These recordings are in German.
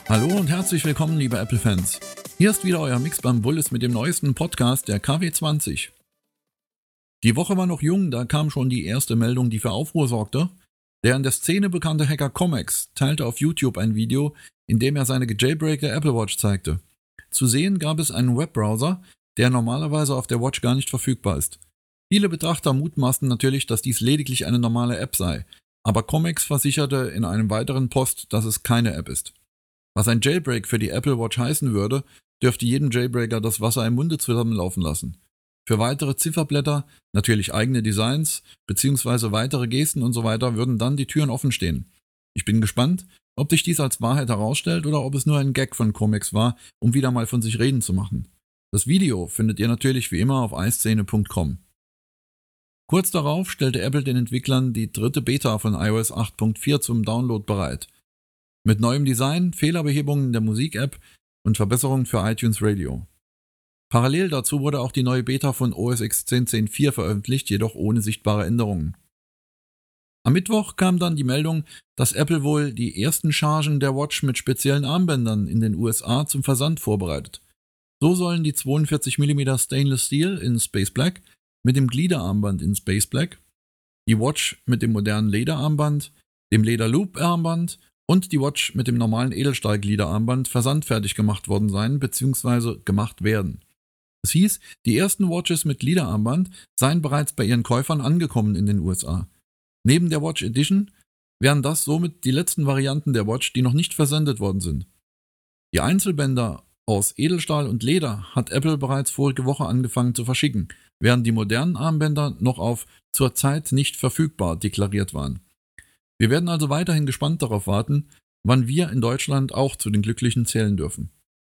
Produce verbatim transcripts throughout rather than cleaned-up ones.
Hallo und herzlich willkommen, liebe Apple-Fans. Hier ist wieder euer Mixbam Bullis mit dem neuesten Podcast der K W zwanzig. Die Woche war noch jung, da kam schon die erste Meldung, die für Aufruhr sorgte. Der in der Szene bekannte Hacker Comex teilte auf YouTube ein Video, in dem er seine gejailbreakte Apple Watch zeigte. Zu sehen gab es einen Webbrowser, der normalerweise auf der Watch gar nicht verfügbar ist. Viele Betrachter mutmaßten natürlich, dass dies lediglich eine normale App sei, aber Comex versicherte in einem weiteren Post, dass es keine App ist. Was ein Jailbreak für die Apple Watch heißen würde, dürfte jedem Jailbreaker das Wasser im Munde zusammenlaufen lassen. Für weitere Zifferblätter, natürlich eigene Designs, beziehungsweise weitere Gesten und so weiter würden dann die Türen offen stehen. Ich bin gespannt, ob sich dies als Wahrheit herausstellt oder ob es nur ein Gag von Comex war, um wieder mal von sich reden zu machen. Das Video findet ihr natürlich wie immer auf iScene punkt com. Kurz darauf stellte Apple den Entwicklern die dritte Beta von iOS acht Punkt vier zum Download bereit. Mit neuem Design, Fehlerbehebungen der Musik-App und Verbesserungen für iTunes Radio. Parallel dazu wurde auch die neue Beta von O S X zehn Punkt zehn Punkt vier veröffentlicht, jedoch ohne sichtbare Änderungen. Am Mittwoch kam dann die Meldung, dass Apple wohl die ersten Chargen der Watch mit speziellen Armbändern in den U S A zum Versand vorbereitet. So sollen die zweiundvierzig Millimeter Stainless Steel in Space Black mit dem Gliederarmband in Space Black, die Watch mit dem modernen Lederarmband, dem Leder Loop Armband und die Watch mit dem normalen Edelstahl-Gliederarmband versandfertig gemacht worden sein bzw. gemacht werden. Es hieß, die ersten Watches mit Gliederarmband seien bereits bei ihren Käufern angekommen in den U S A. Neben der Watch Edition wären das somit die letzten Varianten der Watch, die noch nicht versendet worden sind. Die Einzelbänder aus Edelstahl und Leder hat Apple bereits vorige Woche angefangen zu verschicken, während die modernen Armbänder noch auf zurzeit nicht verfügbar deklariert waren. Wir werden also weiterhin gespannt darauf warten, wann wir in Deutschland auch zu den Glücklichen zählen dürfen.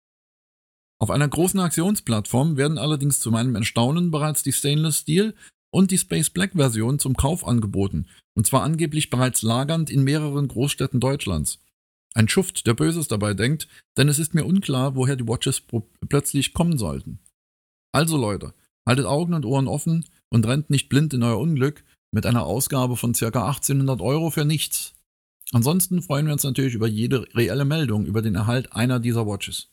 Auf einer großen Aktionsplattform werden allerdings zu meinem Erstaunen bereits die Stainless Steel und die Space Black Version zum Kauf angeboten, und zwar angeblich bereits lagernd in mehreren Großstädten Deutschlands. Ein Schuft, der Böses dabei denkt, denn es ist mir unklar, woher die Watches plötzlich kommen sollten. Also Leute, haltet Augen und Ohren offen und rennt nicht blind in euer Unglück mit einer Ausgabe von ca. achtzehnhundert Euro für nichts. Ansonsten freuen wir uns natürlich über jede reelle Meldung über den Erhalt einer dieser Watches.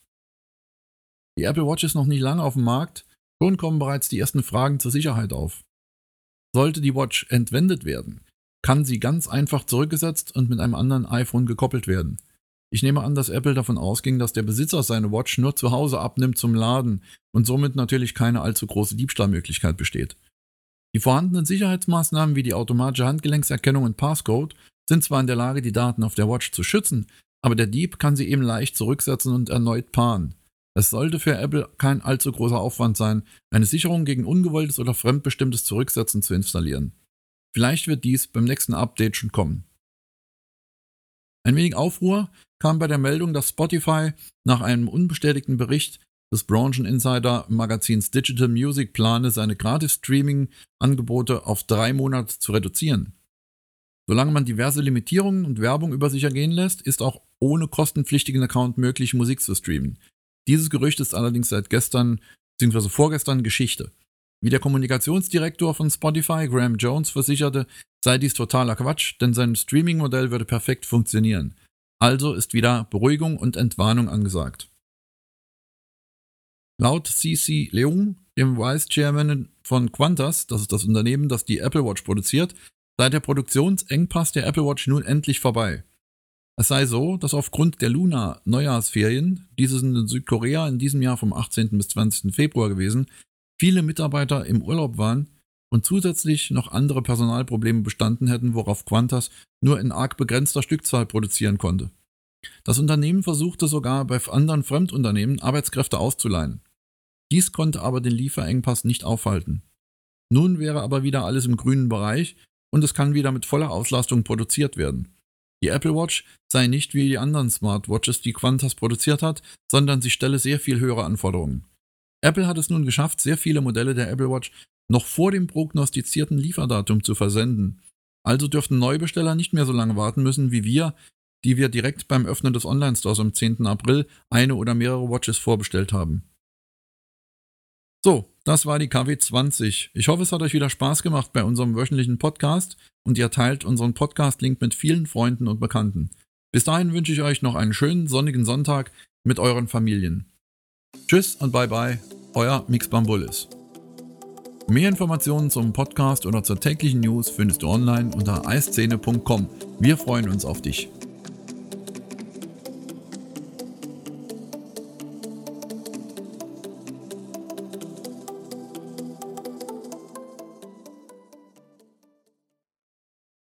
Die Apple Watch ist noch nicht lange auf dem Markt, schon kommen bereits die ersten Fragen zur Sicherheit auf. Sollte die Watch entwendet werden, kann sie ganz einfach zurückgesetzt und mit einem anderen iPhone gekoppelt werden. Ich nehme an, dass Apple davon ausging, dass der Besitzer seine Watch nur zu Hause abnimmt zum Laden und somit natürlich keine allzu große Diebstahlmöglichkeit besteht. Die vorhandenen Sicherheitsmaßnahmen wie die automatische Handgelenkserkennung und Passcode sind zwar in der Lage, die Daten auf der Watch zu schützen, aber der Dieb kann sie eben leicht zurücksetzen und erneut paaren. Es sollte für Apple kein allzu großer Aufwand sein, eine Sicherung gegen ungewolltes oder fremdbestimmtes Zurücksetzen zu installieren. Vielleicht wird dies beim nächsten Update schon kommen. Ein wenig Aufruhr kam bei der Meldung, dass Spotify nach einem unbestätigten Bericht des Brancheninsider-Magazins Digital Music plane, seine Gratis-Streaming-Angebote auf drei Monate zu reduzieren. Solange man diverse Limitierungen und Werbung über sich ergehen lässt, ist auch ohne kostenpflichtigen Account möglich, Musik zu streamen. Dieses Gerücht ist allerdings seit gestern bzw. vorgestern Geschichte. Wie der Kommunikationsdirektor von Spotify, Graham Jones, versicherte, sei dies totaler Quatsch, denn sein Streaming-Modell würde perfekt funktionieren. Also ist wieder Beruhigung und Entwarnung angesagt. Laut C C Leung, dem Vice Chairman von Qantas, das ist das Unternehmen, das die Apple Watch produziert, sei der Produktionsengpass der Apple Watch nun endlich vorbei. Es sei so, dass aufgrund der Lunar-Neujahrsferien, diese sind in Südkorea in diesem Jahr vom achtzehnten bis zwanzigsten Februar gewesen, viele Mitarbeiter im Urlaub waren und zusätzlich noch andere Personalprobleme bestanden hätten, worauf Qantas nur in arg begrenzter Stückzahl produzieren konnte. Das Unternehmen versuchte sogar bei anderen Fremdunternehmen Arbeitskräfte auszuleihen. Dies konnte aber den Lieferengpass nicht aufhalten. Nun wäre aber wieder alles im grünen Bereich und es kann wieder mit voller Auslastung produziert werden. Die Apple Watch sei nicht wie die anderen Smartwatches, die Qantas produziert hat, sondern sie stelle sehr viel höhere Anforderungen. Apple hat es nun geschafft, sehr viele Modelle der Apple Watch noch vor dem prognostizierten Lieferdatum zu versenden. Also dürften Neubesteller nicht mehr so lange warten müssen wie wir, die wir direkt beim Öffnen des Online-Stores am zehnten April eine oder mehrere Watches vorbestellt haben. So, das war die K W zwanzig. Ich hoffe, es hat euch wieder Spaß gemacht bei unserem wöchentlichen Podcast und ihr teilt unseren Podcast-Link mit vielen Freunden und Bekannten. Bis dahin wünsche ich euch noch einen schönen sonnigen Sonntag mit euren Familien. Tschüss und bye bye, euer Mixbam Bullis. Mehr Informationen zum Podcast oder zur täglichen News findest du online unter eiszene punkt com. Wir freuen uns auf dich.